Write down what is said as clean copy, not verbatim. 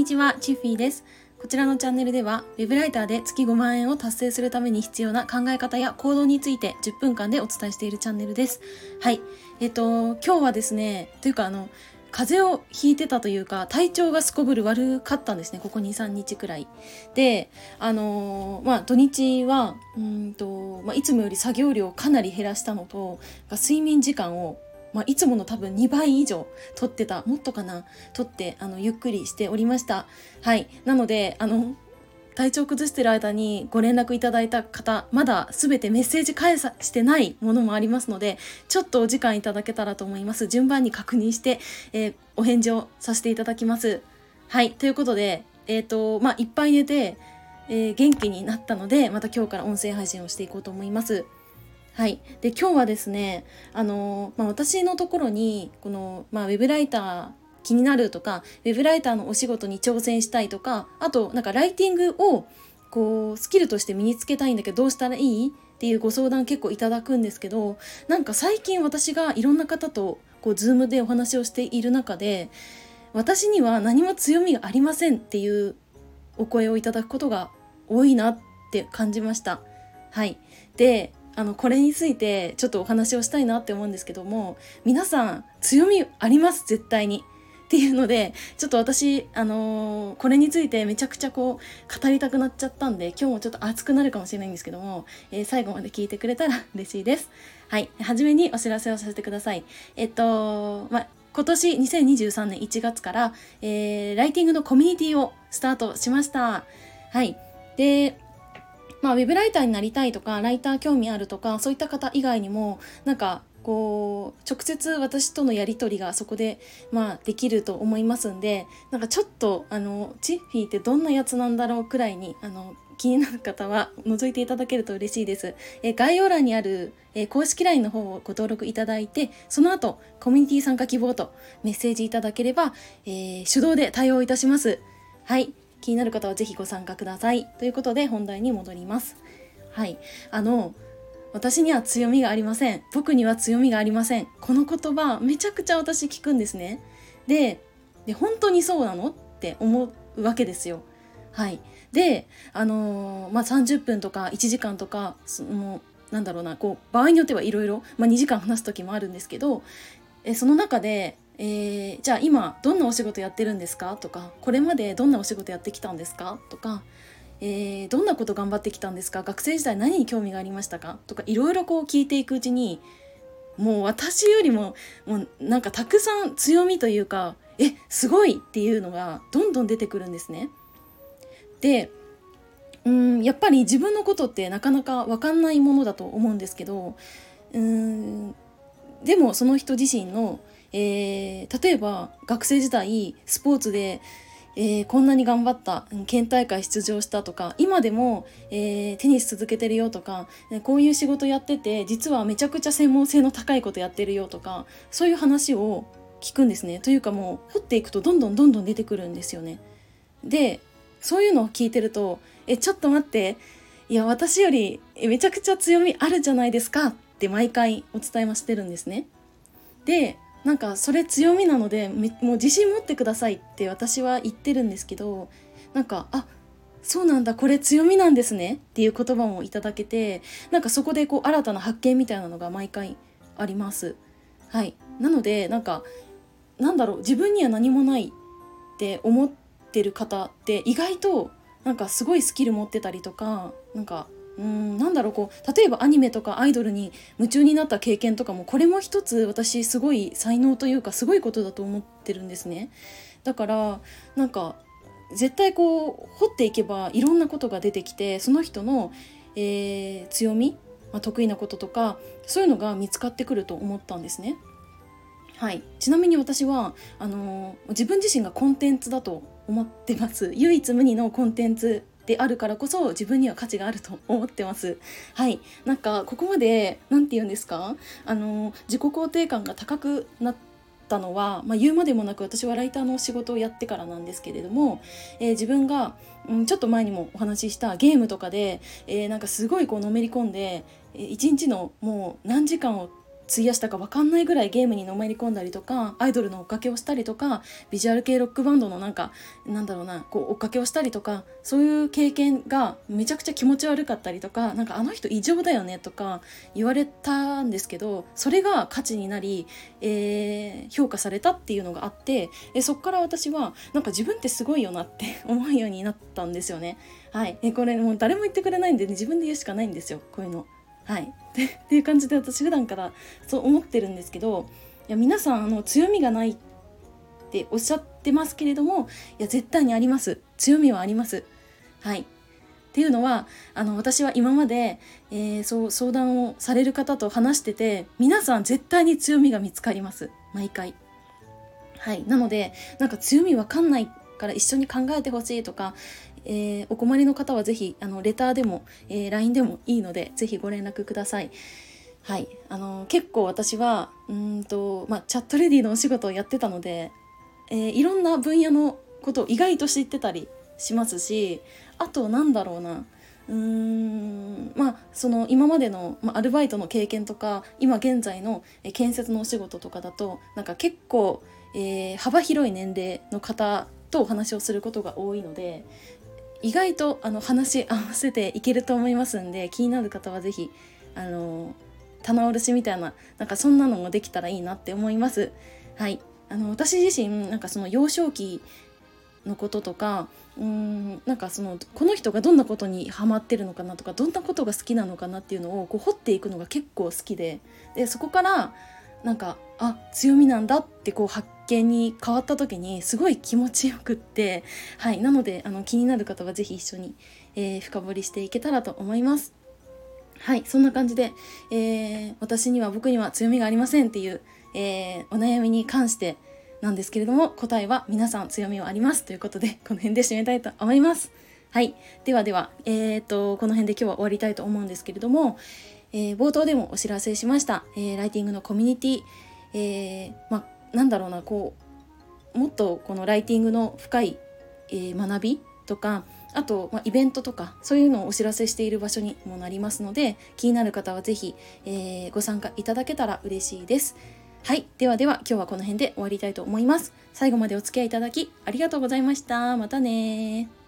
にちは、チッフィーです。こちらのチャンネルでは、ウェブライターで月5万円を達成するために必要な考え方や行動について10分間でお伝えしているチャンネルです。はい。今日はですね、というか風邪をひいてたというか、体調がすこぶる悪かったんですね、ここ2、3日くらい。で、土日は、いつもより作業量をかなり減らしたのと、睡眠時間をいつもの多分2倍以上取ってた、もっとかな、取ってゆっくりしておりました。はい。なので体調崩してる間にご連絡いただいた方、まだすべてメッセージ返してないものもありますので、ちょっとお時間いただけたらと思います。順番に確認して、お返事をさせていただきます。はい。ということで、いっぱい寝て、元気になったので、また今日から音声配信をしていこうと思います。はい。で、今日はですね、私のところに、ウェブライター気になるとか、ウェブライターのお仕事に挑戦したいとか、あと、ライティングを、スキルとして身につけたいんだけど、どうしたらいいっていうご相談結構いただくんですけど、最近私がいろんな方と、ズームでお話をしている中で、私には何も強みがありませんっていうお声をいただくことが多いなって感じました。はい。で、これについてちょっとお話をしたいなって思うんですけども、皆さん強みあります、絶対にっていうので、ちょっと私これについてめちゃくちゃ語りたくなっちゃったんで、今日もちょっと熱くなるかもしれないんですけども、最後まで聞いてくれたら嬉しいです。はい。はじめにお知らせをさせてください。今年2023年1月から、ライティングのコミュニティをスタートしました。はい。で、ウェブライターになりたいとか、ライター興味あるとか、そういった方以外にも、直接私とのやり取りがそこで、できると思いますんで、ちょっと、チッフィーってどんなやつなんだろうくらいに、気になる方は覗いていただけると嬉しいです。概要欄にある、公式 LINE の方をご登録いただいて、その後、コミュニティ参加希望とメッセージいただければ、手動で対応いたします。はい。気になる方はぜひご参加ください。ということで本題に戻ります。はい。私には強みがありません。僕には強みがありません。この言葉、めちゃくちゃ私聞くんですね。で、本当にそうなのって思うわけですよ。はい。で、30分とか1時間とか、場合によってはいろいろ、2時間話す時もあるんですけど、その中で、じゃあ今どんなお仕事やってるんですかとか、これまでどんなお仕事やってきたんですかとか、どんなこと頑張ってきたんですか、学生時代何に興味がありましたかとか、いろいろ聞いていくうちに、もう私よりもたくさん強みというか、すごいっていうのがどんどん出てくるんですね。で、やっぱり自分のことってなかなか分かんないものだと思うんですけど、でもその人自身の、例えば学生時代スポーツで、こんなに頑張った、県大会出場したとか、今でも、テニス続けてるよとか、こういう仕事やってて実はめちゃくちゃ専門性の高いことやってるよとか、そういう話を聞くんですね。というか、もう掘っていくとどんどん出てくるんですよね。で、そういうのを聞いてると、ちょっと待って、いや私よりめちゃくちゃ強みあるじゃないですかって毎回お伝えはしてるんですね。で、それ強みなのでもう自信持ってくださいって私は言ってるんですけど、そうなんだ、これ強みなんですねっていう言葉もいただけて、そこで新たな発見みたいなのが毎回あります。はい。なので自分には何もないって思ってる方って意外とすごいスキル持ってたりとか、例えばアニメとかアイドルに夢中になった経験とかも、これも一つ私すごい才能というかすごいことだと思ってるんですね。だから絶対掘っていけばいろんなことが出てきて、その人の、強み、得意なこととか、そういうのが見つかってくると思ったんですね。はい。ちなみに私は自分自身がコンテンツだと思ってます。唯一無二のコンテンツであるからこそ自分には価値があると思ってます。はい。ここまでなんて言うんですか、自己肯定感が高くなったのは、言うまでもなく私はライターの仕事をやってからなんですけれども、自分が、ちょっと前にもお話ししたゲームとかで、すごいのめり込んで、一日のもう何時間を費やしたか分かんないぐらいゲームにのめり込んだりとか、アイドルの追っかけをしたりとか、ビジュアル系ロックバンドのこう追っかけをしたりとか、そういう経験がめちゃくちゃ気持ち悪かったりとか、あの人異常だよねとか言われたんですけど、それが価値になり、評価されたっていうのがあって、そこから私は自分ってすごいよなって思うようになったんですよね。はい、これもう誰も言ってくれないんで、自分で言うしかないんですよ、こういうの。はい、っていう感じで私普段からそう思ってるんですけど、いや皆さん強みがないっておっしゃってますけれども、いや絶対にあります。強みはあります。はい。っていうのは私は今まで、そう相談をされる方と話してて、皆さん絶対に強みが見つかります、毎回。はい。なので強みわかんないから一緒に考えてほしいとか、お困りの方はぜひレターでも、LINE でもいいのでぜひご連絡ください。はい。結構私はチャットレディのお仕事をやってたので、いろんな分野のことを意外と知ってたりしますし、あとその今までの、アルバイトの経験とか今現在の建設のお仕事とかだと結構、幅広い年齢の方とお話をすることが多いので、意外と話し合わせていけると思いますんで、気になる方はぜひ棚卸しみたいなそんなのもできたらいいなって思います。はい。私自身その幼少期のこととか、この人がどんなことにハマってるのかなとか、どんなことが好きなのかなっていうのを掘っていくのが結構好きで、そこから強みなんだって発見に変わった時にすごい気持ちよくって、はい。なので気になる方はぜひ一緒に、深掘りしていけたらと思います。はい。そんな感じで、僕には強みがありませんっていう、お悩みに関してなんですけれども、答えは皆さん強みはありますということで、この辺で締めたいと思います。はい。では、この辺で今日は終わりたいと思うんですけれども、冒頭でもお知らせしました、ライティングのコミュニティ、もっとこのライティングの深い、学びとか、あと、イベントとかそういうのをお知らせしている場所にもなりますので、気になる方はぜひ、ご参加いただけたら嬉しいです。はい。では今日はこの辺で終わりたいと思います。最後までお付き合いいただきありがとうございました。またね。